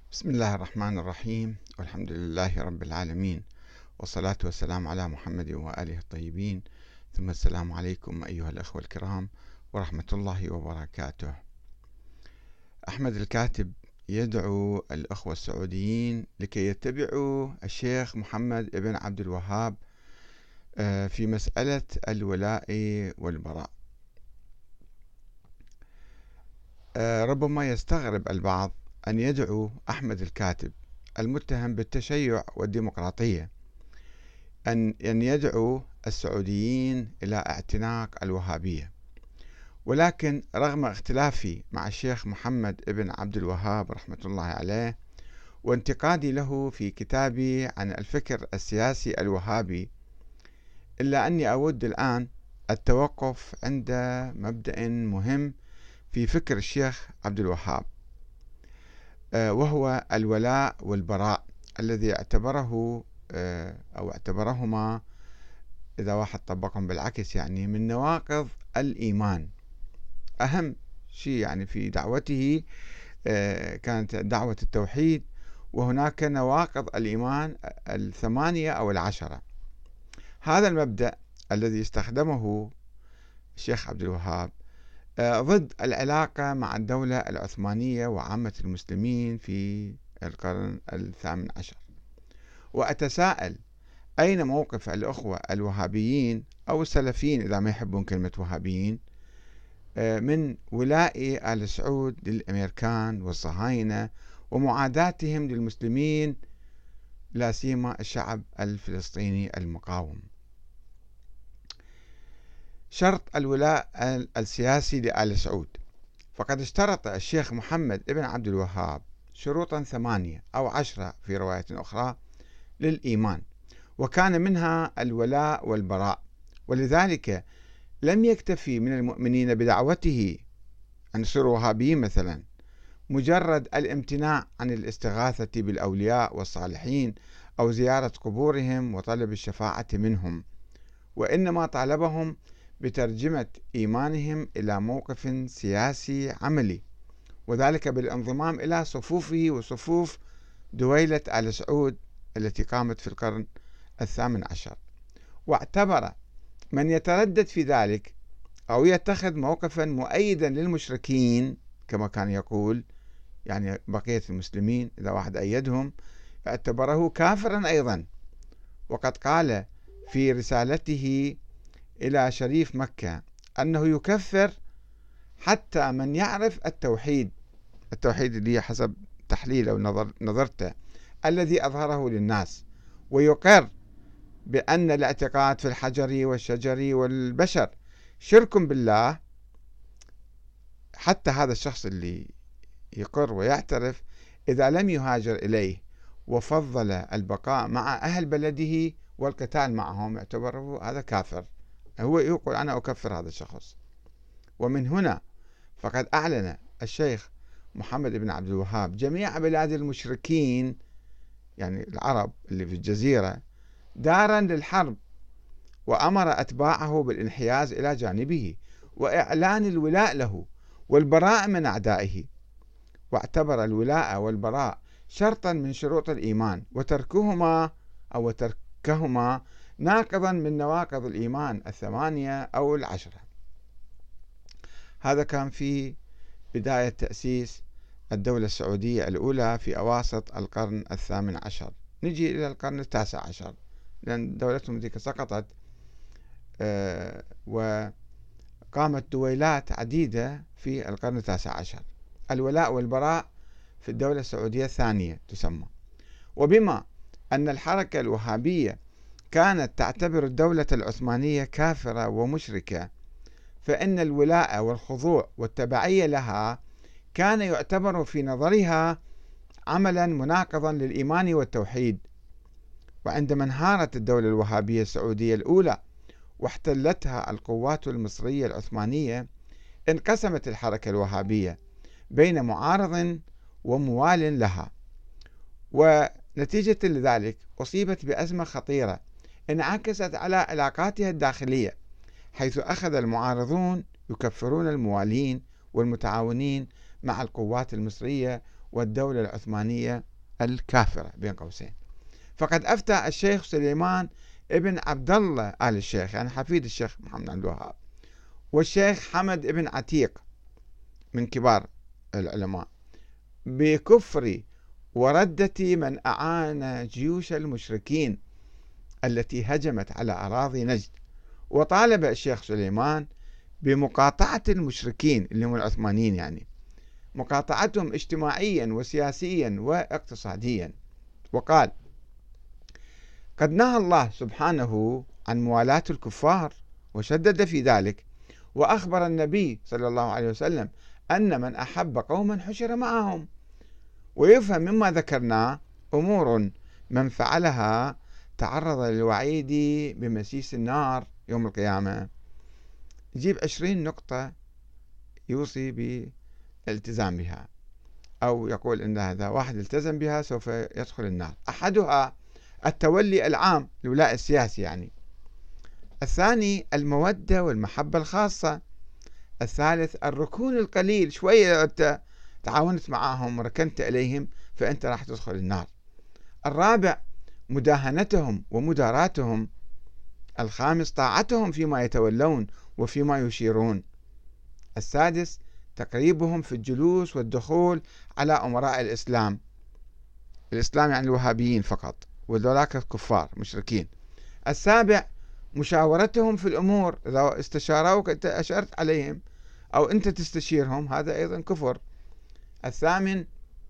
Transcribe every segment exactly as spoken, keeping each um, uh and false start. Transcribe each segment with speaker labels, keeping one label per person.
Speaker 1: بسم الله الرحمن الرحيم، والحمد لله رب العالمين، والصلاة والسلام على محمد وآله الطيبين، ثم السلام عليكم أيها الأخوة الكرام ورحمة الله وبركاته. أحمد الكاتب يدعو الأخوة السعوديين لكي يتبعوا الشيخ محمد بن عبد الوهاب في مسألة الولاء والبراء. ربما يستغرب البعض أن يدعو أحمد الكاتب المتهم بالتشيع والديمقراطية أن أن يدعو السعوديين إلى اعتناق الوهابية، ولكن رغم اختلافي مع الشيخ محمد بن عبد الوهاب رحمة الله عليه وانتقادي له في كتابي عن الفكر السياسي الوهابي، إلا أني أود الآن التوقف عند مبدأ مهم في فكر الشيخ عبد الوهاب، وهو الولاء والبراء الذي اعتبره أو اعتبرهما إذا واحد طبقهم بالعكس يعني من نواقض الإيمان. أهم شيء يعني في دعوته كانت دعوة التوحيد، وهناك نواقض الإيمان الثمانية أو العشرة. هذا المبدأ الذي استخدمه الشيخ عبد الوهاب ضد العلاقة مع الدولة العثمانية وعامة المسلمين في القرن الثامن عشر. وأتساءل أين موقف الأخوة الوهابيين أو السلفيين إذا ما يحبون كلمة وهابيين من ولاء آل سعود للأمريكان والصهاينة ومعاداتهم للمسلمين، لا سيما الشعب الفلسطيني المقاوم. شرط الولاء السياسي لآل سعود، فقد اشترط الشيخ محمد بن عبد الوهاب شروطا ثمانية أو عشرة في رواية أخرى للإيمان، وكان منها الولاء والبراء، ولذلك لم يكتفي من المؤمنين بدعوته أن يصيروا وهابيين مثلا مجرد الامتناع عن الاستغاثة بالأولياء والصالحين أو زيارة قبورهم وطلب الشفاعة منهم، وإنما طالبهم بترجمة إيمانهم إلى موقف سياسي عملي، وذلك بالانضمام إلى صفوفه وصفوف دويلة آل سعود التي قامت في القرن الثامن عشر. واعتبر من يتردد في ذلك أو يتخذ موقفا مؤيدا للمشركين كما كان يقول، يعني بقية المسلمين إذا واحد أيدهم اعتبره كافرا أيضا. وقد قال في رسالته إلى شريف مكة أنه يكفر حتى من يعرف التوحيد التوحيد اللي حسب تحليل أو نظر نظرته الذي أظهره للناس، ويقر بأن الاعتقاد في الحجر والشجر والبشر شرك بالله. حتى هذا الشخص اللي يقر ويعترف إذا لم يهاجر إليه وفضل البقاء مع أهل بلده والقتال معهم يعتبره هذا كافر. هو يقول أنا أكفر هذا الشخص. ومن هنا فقد أعلن الشيخ محمد بن عبد الوهاب جميع بلاد المشركين، يعني العرب اللي في الجزيرة، دارا للحرب، وأمر أتباعه بالانحياز إلى جانبه وإعلان الولاء له والبراء من أعدائه، واعتبر الولاء والبراء شرطا من شروط الإيمان، وتركهما أو تركهما ناقضا من نواقض الإيمان الثمانية أو العشرة. هذا كان في بداية تأسيس الدولة السعودية الأولى في أواسط القرن الثامن عشر. نجي إلى القرن التاسع عشر، لأن دولتهم ذيك سقطت آه وقامت دويلات عديدة في القرن التاسع عشر. الولاء والبراء في الدولة السعودية الثانية تسمى. وبما أن الحركة الوهابية كانت تعتبر الدولة العثمانية كافرة ومشركة، فإن الولاء والخضوع والتبعية لها كان يعتبر في نظرها عملا مناقضا للإيمان والتوحيد. وعندما انهارت الدولة الوهابية السعودية الأولى واحتلتها القوات المصرية العثمانية، انقسمت الحركة الوهابية بين معارض وموال لها، ونتيجة لذلك أصيبت بأزمة خطيرة انعكست على علاقاتها الداخلية، حيث أخذ المعارضون يكفرون الموالين والمتعاونين مع القوات المصرية والدولة العثمانية الكافرة بين قوسين. فقد أفتى الشيخ سليمان ابن عبد الله آل الشيخ، يعني حفيد الشيخ محمد عبد الوهاب، والشيخ حمد ابن عتيق من كبار العلماء بكفر وردة من أعان جيوش المشركين التي هجمت على أراضي نجد. وطالب الشيخ سليمان بمقاطعة المشركين اللي هم العثمانيين، يعني مقاطعتهم اجتماعيا وسياسيا واقتصاديا. وقال: قد نهى الله سبحانه عن موالاة الكفار وشدد في ذلك، وأخبر النبي صلى الله عليه وسلم أن من أحب قوما حشر معهم. ويفهم مما ذكرناه أمور من فعلها تعرض للوعيد بمسيس النار يوم القيامة. يجيب عشرين نقطة يوصي بالالتزام بها، أو يقول إن هذا واحد التزم بها سوف يدخل النار. أحدها التولي العام لولاء السياسي يعني. الثاني المودة والمحبة الخاصة. الثالث الركون القليل، شوية أنت تعاونت معهم وركنت إليهم فأنت راح تدخل النار. الرابع مداهنتهم ومداراتهم. الخامس طاعتهم فيما يتولون وفيما يشيرون. السادس تقريبهم في الجلوس والدخول على أمراء الإسلام. الإسلام يعني الوهابيين فقط، وذولاك الكفار مشركين. السابع مشاورتهم في الأمور، إذا استشاروك أنت أشرت عليهم أو أنت تستشيرهم، هذا أيضا كفر. الثامن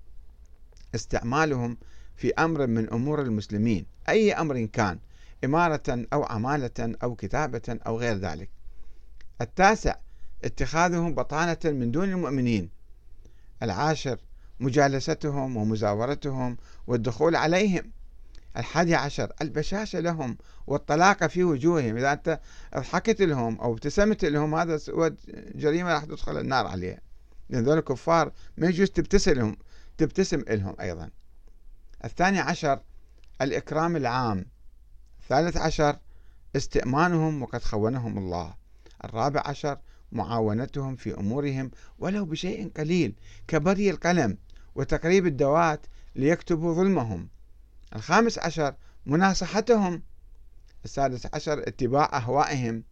Speaker 1: استعمالهم في أمر من أمور المسلمين، أي أمر كان، إمارة أو عمالة أو كتابة أو غير ذلك. التاسع اتخاذهم بطانة من دون المؤمنين. العاشر مجالستهم ومزاورتهم والدخول عليهم. الحادي عشر البشاشة لهم والطلاقة في وجوههم. إذا أنت ضحكت لهم أو ابتسمت لهم هذا جريمة راح تدخل النار عليها، لأن ذول الكفار ما يجوز تبتسم لهم تبتسم لهم أيضا. الثاني عشر الإكرام العام. الثالث عشر استئمانهم وقد خونهم الله. الرابع عشر معاونتهم في أمورهم ولو بشيء قليل كبري القلم وتقريب الدوات ليكتبوا ظلمهم. الخامس عشر مناصحتهم. السادس عشر اتباع أهوائهم.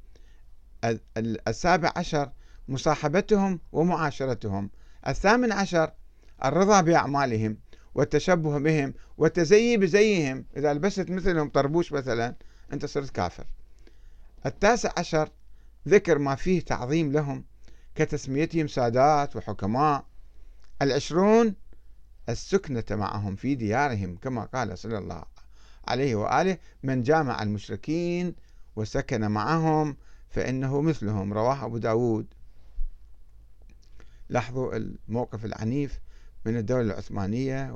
Speaker 1: السابع عشر مصاحبتهم ومعاشرتهم. الثامن عشر الرضا بأعمالهم والتشبه بهم والتزيي بزيهم. إذا لبست مثلهم طربوش مثلا أنت صرت كافر. التاسع عشر ذكر ما فيه تعظيم لهم كتسميتهم سادات وحكماء. العشرون السكنة معهم في ديارهم، كما قال صلى الله عليه وآله: من جامع المشركين وسكن معهم فإنه مثلهم، رواه أبو داود. لاحظوا الموقف العنيف من الدولة العثمانية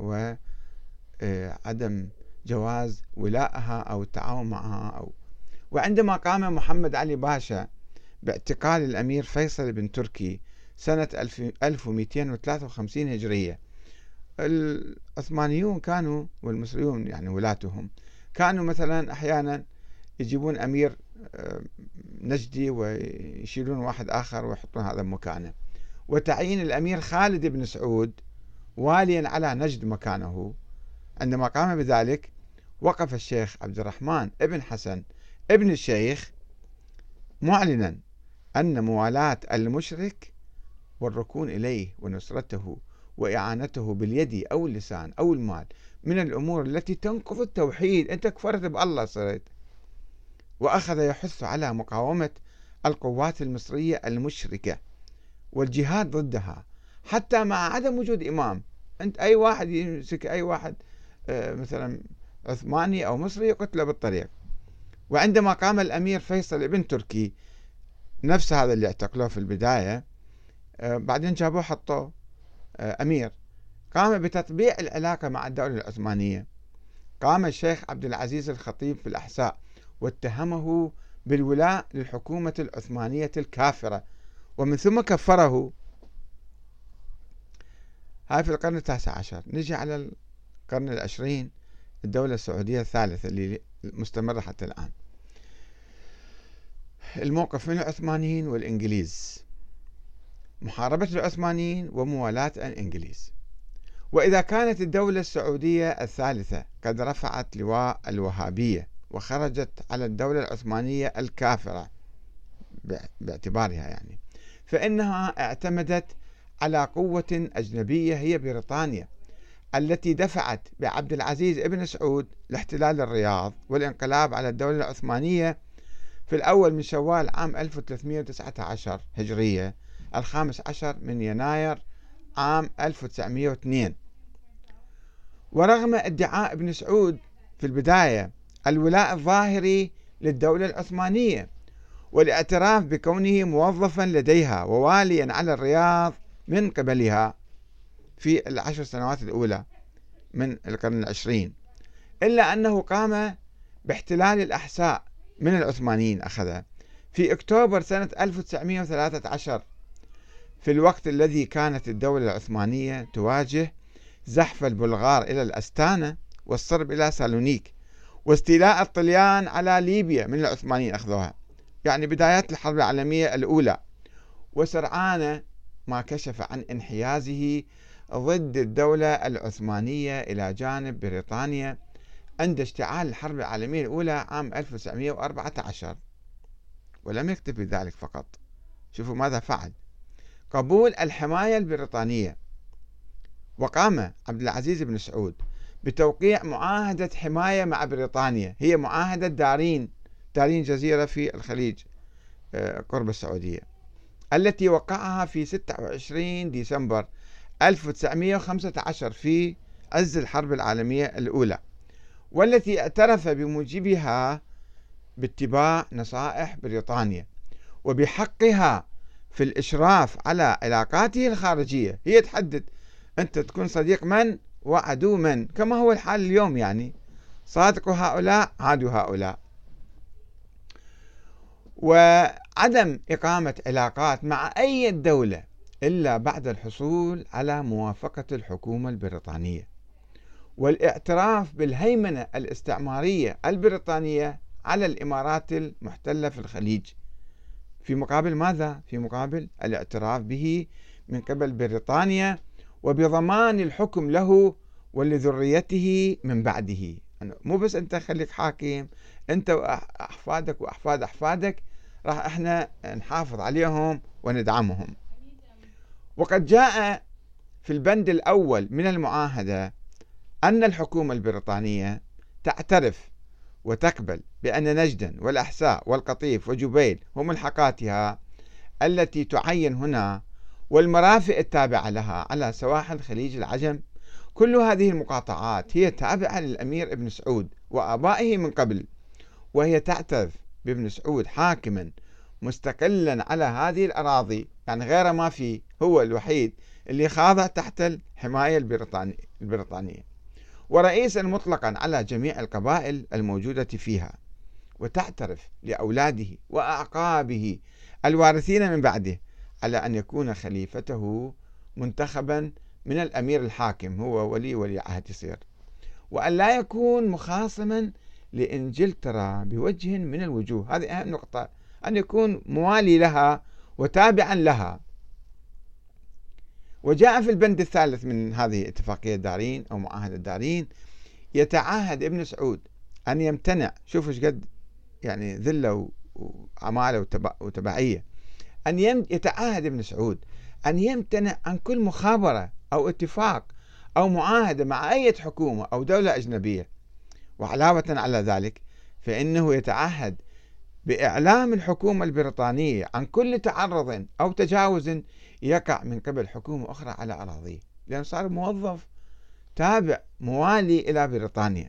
Speaker 1: وعدم جواز ولائها أو التعاون معها. أو وعندما قام محمد علي باشا باعتقال الأمير فيصل بن تركي سنة ألف ومئتين وثلاثة وخمسين هجرية، العثمانيون كانوا والمصريون يعني ولاتهم كانوا مثلا أحيانا يجيبون أمير نجدي ويشيلون واحد آخر ويحطون هذا مكانه، وتعيين الأمير خالد بن سعود واليا على نجد مكانه. عندما قام بذلك وقف الشيخ عبد الرحمن ابن حسن ابن الشيخ معلنا أن موالاة المشرك والركون إليه ونصرته وإعانته باليد أو اللسان أو المال من الأمور التي تنقض التوحيد. أنت كفرت بالله صرت. وأخذ يحث على مقاومة القوات المصرية المشركة والجهاد ضدها حتى مع عدم وجود إمام. أنت أي واحد يمسك أي واحد مثلا عثماني أو مصري يقتله بالطريق. وعندما قام الأمير فيصل بن تركي نفس هذا اللي اعتقلوه في البداية، بعدين جابوه حطوه أمير، قام بتطبيع العلاقة مع الدولة العثمانية. قام الشيخ عبد العزيز الخطيب في الأحساء واتهمه بالولاء للحكومة العثمانية الكافرة، ومن ثم كفره. هاي في القرن التاسع عشر. نجي على القرن العشرين، الدولة السعودية الثالثة اللي مستمرة حتى الآن. الموقف من العثمانيين والإنجليز، محاربة العثمانيين وموالاة الإنجليز. وإذا كانت الدولة السعودية الثالثة قد رفعت لواء الوهابية وخرجت على الدولة العثمانية الكافرة باعتبارها يعني، فإنها اعتمدت على قوة أجنبية هي بريطانيا، التي دفعت بعبد العزيز ابن سعود لاحتلال الرياض والانقلاب على الدولة العثمانية في الأول من شوال عام ألف وثلاثمئة وتسعة عشر هجرية، الخامس عشر من يناير عام ألف وتسعمئة واثنين. ورغم ادعاء ابن سعود في البداية الولاء الظاهري للدولة العثمانية والاعتراف بكونه موظفا لديها وواليا على الرياض من قبلها في العشر سنوات الأولى من القرن العشرين، إلا أنه قام باحتلال الأحساء من العثمانيين أخذها في أكتوبر سنة ألف وتسعمئة وثلاثة عشر، في الوقت الذي كانت الدولة العثمانية تواجه زحف البلغار إلى الأستانة والصرب إلى سالونيك واستيلاء الطليان على ليبيا من العثمانيين أخذوها، يعني بدايات الحرب العالمية الأولى، وسرعان ما كشف عن انحيازه ضد الدولة العثمانية إلى جانب بريطانيا عند اشتعال الحرب العالمية الأولى عام ألف وتسعمئة وأربعة عشر. ولم يكتفي بذلك فقط، شوفوا ماذا فعل: قبول الحماية البريطانية، وقام عبد العزيز بن سعود بتوقيع معاهدة حماية مع بريطانيا، هي معاهدة دارين، دارين جزيرة في الخليج قرب السعودية، التي وقعها في ستة وعشرين ديسمبر ألف وتسعمئة وخمسة عشر في عز الحرب العالمية الأولى، والتي اعترف بموجبها باتباع نصائح بريطانيا وبحقها في الإشراف على علاقاته الخارجية. هي تحدد أنت تكون صديق من وعدو من، كما هو الحال اليوم، يعني صادق هؤلاء عادوا هؤلاء. وعدم إقامة علاقات مع أي دولة إلا بعد الحصول على موافقة الحكومة البريطانية والاعتراف بالهيمنة الاستعمارية البريطانية على الإمارات المحتلة في الخليج، في مقابل ماذا؟ في مقابل الاعتراف به من قبل بريطانيا وبضمان الحكم له ولذريته من بعده. مو بس أنت خليك حاكم، أنت وأحفادك وأحفاد أحفادك راح إحنا نحافظ عليهم وندعمهم. وقد جاء في البند الأول من المعاهدة أن الحكومة البريطانية تعترف وتقبل بأن نجدا والأحساء والقطيف وجبيل وملحقاتها التي تعين هنا والمرافق التابعة لها على سواحل خليج العجم، كل هذه المقاطعات هي تابعة للأمير ابن سعود وآبائه من قبل، وهي تعترف بابن سعود حاكما مستقلا على هذه الأراضي، يعني غير ما في، هو الوحيد اللي خاضع تحت الحماية البريطانية، ورئيسا مطلقا على جميع القبائل الموجودة فيها، وتعترف لأولاده وأعقابه الوارثين من بعده على أن يكون خليفته منتخبا من الأمير الحاكم، هو ولي ولي عهد يصير، وأن لا يكون مخاصما لإنجلترا بوجه من الوجوه. هذه أهم نقطة، أن يكون موالي لها وتابعا لها. وجاء في البند الثالث من هذه اتفاقية دارين أو معاهدة دارين: يتعهد ابن سعود أن يمتنع، شوفوا ايش قد يعني ذلة وعمالة وتبعية، أن يتعهد ابن سعود أن يمتنع عن كل مخابرة أو اتفاق أو معاهدة مع أي حكومة أو دولة أجنبية. وعلاوة على ذلك فإنه يتعهد بإعلام الحكومة البريطانية عن كل تعرض أو تجاوز يقع من قبل حكومة أخرى على أراضيه، لأن صار موظف تابع موالي إلى بريطانيا.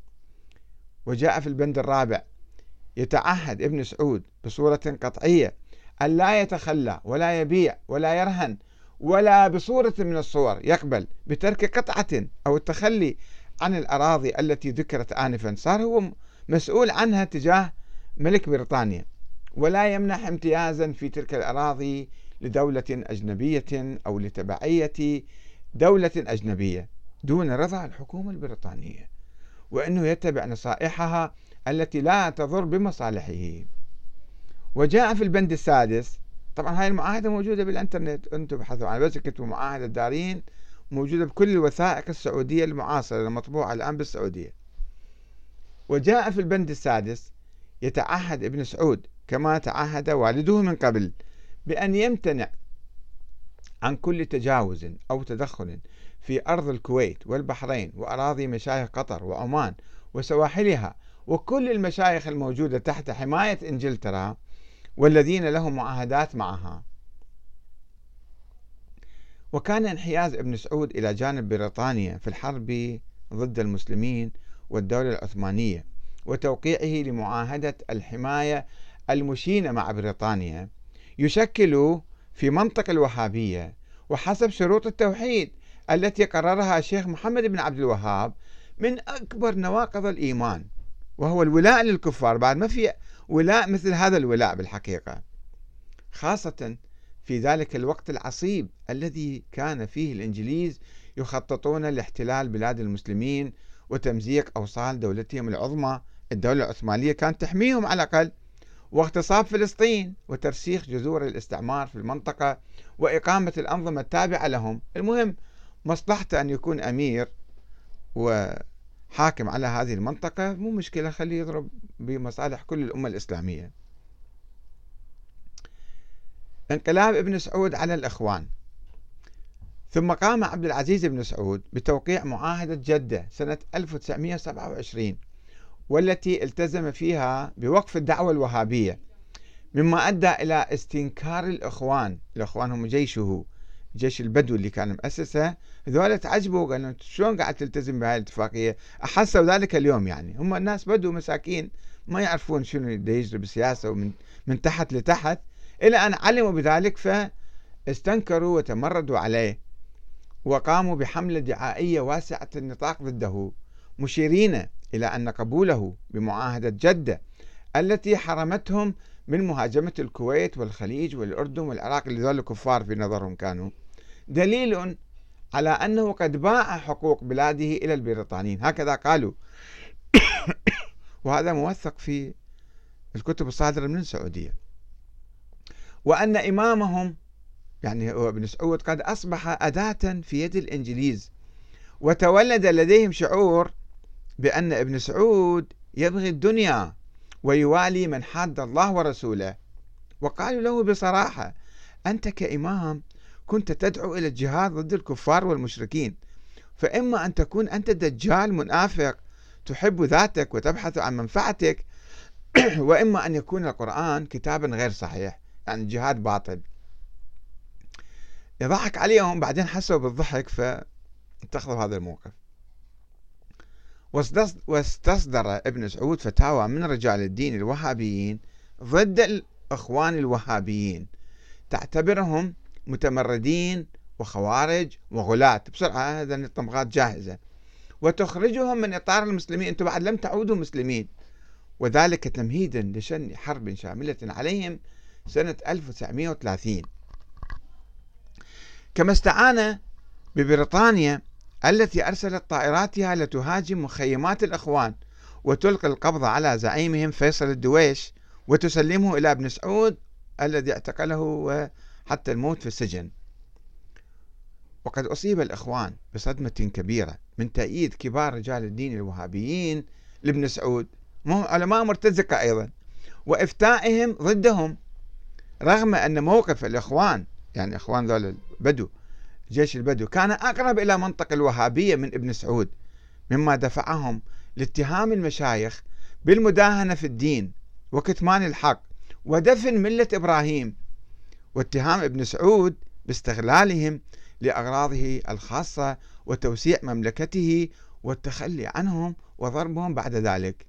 Speaker 1: وجاء في البند الرابع: يتعهد ابن سعود بصورة قطعية أن لا يتخلى ولا يبيع ولا يرهن ولا بصورة من الصور يقبل بترك قطعة أو التخلي عن الأراضي التي ذكرت آنفا، صار هو مسؤول عنها تجاه ملك بريطانيا، ولا يمنح امتيازا في تلك الأراضي لدولة أجنبية أو لتبعية دولة أجنبية دون رضا الحكومة البريطانية، وأنه يتبع نصائحها التي لا تضر بمصالحه. وجاء في البند السادس، طبعا هاي المعاهدة موجودة بالإنترنت، أنتم بحثوا عنها، بس كتبوا معاهدة دارين موجودة بكل الوثائق السعودية المعاصرة المطبوعة الآن بالسعودية. وجاء في البند السادس: يتعهد ابن سعود كما تعهد والده من قبل بأن يمتنع عن كل تجاوز أو تدخل في أرض الكويت والبحرين وأراضي مشايخ قطر وعمان وسواحلها وكل المشايخ الموجودة تحت حماية إنجلترا والذين لهم معاهدات معها. وكان انحياز ابن سعود إلى جانب بريطانيا في الحرب ضد المسلمين والدولة العثمانية وتوقيعه لمعاهدة الحماية المشينة مع بريطانيا يشكل في منطق الوهابية وحسب شروط التوحيد التي قررها الشيخ محمد بن عبد الوهاب من أكبر نواقض الإيمان، وهو الولاء للكفار. بعد ما في ولاء مثل هذا الولاء بالحقيقة، خاصة في ذلك الوقت العصيب الذي كان فيه الإنجليز يخططون لاحتلال بلاد المسلمين وتمزيق أوصال دولتهم العظمى. الدولة العثمانية كانت تحميهم على الأقل، واغتصاب فلسطين وترسيخ جذور الاستعمار في المنطقة وإقامة الأنظمة التابعة لهم. المهم مصلحته أن يكون أمير وحاكم على هذه المنطقة، مو مشكلة، خليه يضرب بمصالح كل الأمة الإسلامية. انقلاب ابن سعود على الإخوان. ثم قام عبد العزيز بن سعود بتوقيع معاهدة جدة سنة ألف وتسعمئة وسبعة وعشرين، والتي التزم فيها بوقف الدعوة الوهابية، مما أدى إلى استنكار الإخوان. الإخوان هم جيشه، جيش البدو اللي كان مؤسسه. هذول تعجبوا، قالوا شلون قاعد تلتزم بهذه الاتفاقية؟ أحسوا ذلك اليوم، يعني هم الناس بدو مساكين ما يعرفون شنو يجري بالسياسة ومن من تحت لتحت، إلى أن علموا بذلك فاستنكروا وتمردوا عليه وقاموا بحملة دعائية واسعة النطاق ضده، مشيرين إلى أن قبوله بمعاهدة جدة التي حرمتهم من مهاجمة الكويت والخليج والأردن والعراق اللي ذول كفار في نظرهم كانوا، دليل على أنه قد باع حقوق بلاده إلى البريطانيين، هكذا قالوا. وهذا موثق في الكتب الصادرة من السعودية. وأن إمامهم يعني هو ابن سعود قد أصبح أداة في يد الإنجليز، وتولد لديهم شعور بأن ابن سعود يبغي الدنيا ويوالي من حاد الله ورسوله. وقالوا له بصراحة: أنت كإمام كنت تدعو إلى الجهاد ضد الكفار والمشركين، فإما أن تكون أنت دجال منافق تحب ذاتك وتبحث عن منفعتك، وإما أن يكون القرآن كتابا غير صحيح، يعني الجهاد باطل. يضحك عليهم، بعدين حسوا بالضحك فاتخذوا هذا الموقف. واستصدر ابن سعود فتاوى من رجال الدين الوهابيين ضد الإخوان الوهابيين، تعتبرهم متمردين وخوارج وغلاة بسرعة، هذا الطمغات جاهزة، وتخرجهم من إطار المسلمين، أنتم بعد لم تعودوا مسلمين، وذلك تمهيدا لشن حرب شاملة عليهم سنة ألف وتسعمئة وثلاثين. كما استعان ببريطانيا التي أرسلت طائراتها لتهاجم مخيمات الإخوان وتلقي القبض على زعيمهم فيصل الدويش وتسلمه إلى ابن سعود الذي اعتقله وحتى الموت في السجن. وقد أصيب الإخوان بصدمة كبيرة من تأييد كبار رجال الدين الوهابيين لابن سعود، علماء مرتزقة أيضا، وإفتائهم ضدهم، رغم أن موقف الإخوان، يعني إخوان ذول البدو، جيش البدو، كان أقرب إلى منطق الوهابية من ابن سعود، مما دفعهم لاتهام المشايخ بالمداهنة في الدين وكتمان الحق ودفن ملة إبراهيم، واتهام ابن سعود باستغلالهم لأغراضه الخاصة وتوسيع مملكته والتخلي عنهم وضربهم بعد ذلك.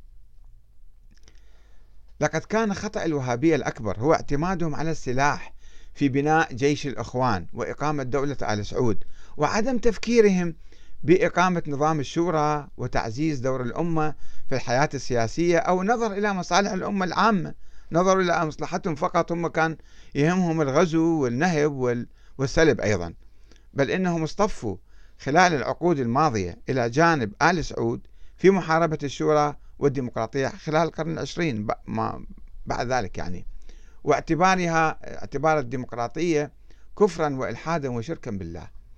Speaker 1: لقد كان خطأ الوهابية الأكبر هو اعتمادهم على السلاح في بناء جيش الإخوان وإقامة دولة آل سعود، وعدم تفكيرهم بإقامة نظام الشورى وتعزيز دور الأمة في الحياة السياسية، أو نظر إلى مصالح الأمة العامة، نظروا إلى مصلحتهم فقط، هم كان يهمهم الغزو والنهب والسلب أيضا، بل إنهم اصطفوا خلال العقود الماضية إلى جانب آل سعود في محاربة الشورى والديمقراطية خلال القرن العشرين بعد ذلك، يعني واعتبارها اعتبار الديمقراطية كفرا وإلحادا وشركا بالله،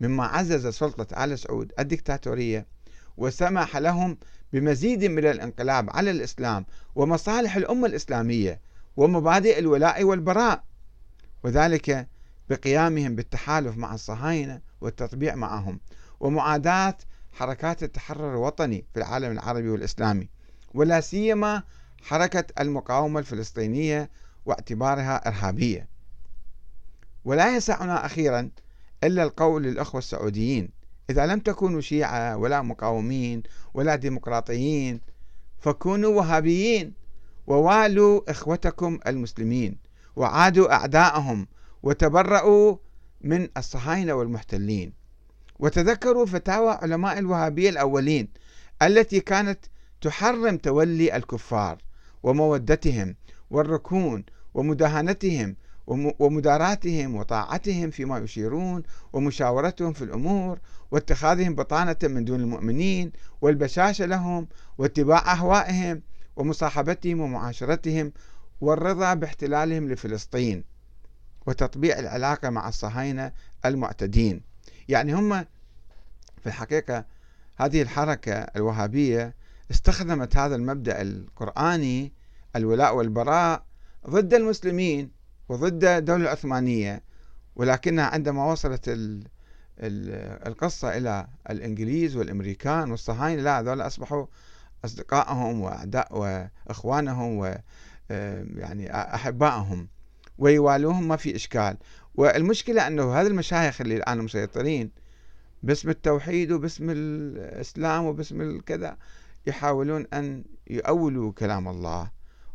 Speaker 1: مما عزز سلطة آل سعود الدكتاتورية وسمح لهم بمزيد من الانقلاب على الإسلام ومصالح الأمة الإسلامية ومبادئ الولاء والبراء، وذلك بقيامهم بالتحالف مع الصهاينة والتطبيع معهم ومعاداة حركات التحرر الوطني في العالم العربي والإسلامي، ولا سيما حركة المقاومة الفلسطينية واعتبارها إرهابية. ولا يسعنا أخيرا إلا القول للأخوة السعوديين: إذا لم تكونوا شيعة ولا مقاومين ولا ديمقراطيين فكونوا وهابيين، ووالوا إخوتكم المسلمين، وعادوا أعداءهم، وتبرؤوا من الصهاينة والمحتلين. وتذكروا فتاوى علماء الوهابية الأولين التي كانت تحرم تولي الكفار ومودتهم والركون ومداهنتهم ومداراتهم وطاعتهم فيما يشيرون ومشاورتهم في الأمور واتخاذهم بطانة من دون المؤمنين والبشاشة لهم واتباع أهوائهم ومصاحبتهم ومعاشرتهم والرضا باحتلالهم لفلسطين وتطبيع العلاقة مع الصهاينة المعتدين. يعني هم في الحقيقة هذه الحركة الوهابية استخدمت هذا المبدأ القرآني الولاء والبراء ضد المسلمين وضد الدولة العثمانية، ولكنها عندما وصلت ال القصة إلى الإنجليز والأمريكان والصهاينة لا، هذول أصبحوا أصدقائهم وأعداء وإخوانهم ويعني أحبائهم ويوالوهم، ما في إشكال. والمشكلة أنه هذه المشايخ اللي الآن مسيطرين باسم التوحيد وباسم الإسلام وباسم الكذا يحاولون أن يؤولوا كلام الله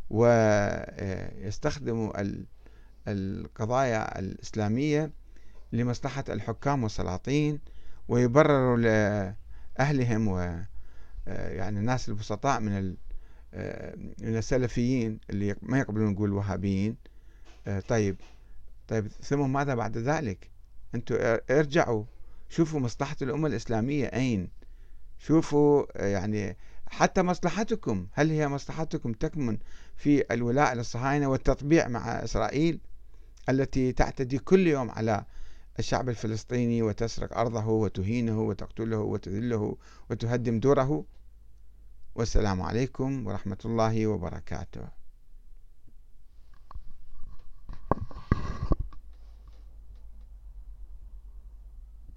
Speaker 1: ويستخدموا القضايا الإسلامية لمصلحة الحكام والسلاطين، ويبرروا لأهلهم ويعني الناس البسطاء من السلفيين اللي ما يقبلون نقول وهابيين. طيب طيب ثم ماذا بعد ذلك؟ أنتم ارجعوا شوفوا مصلحة الأمة الإسلامية أين، شوفوا يعني حتى مصلحتكم، هل هي مصلحتكم تكمن في الولاء للصهاينة والتطبيع مع إسرائيل التي تعتدي كل يوم على الشعب الفلسطيني وتسرق أرضه وتهينه وتقتله وتذله وتهدم دوره؟ والسلام عليكم ورحمة الله وبركاته.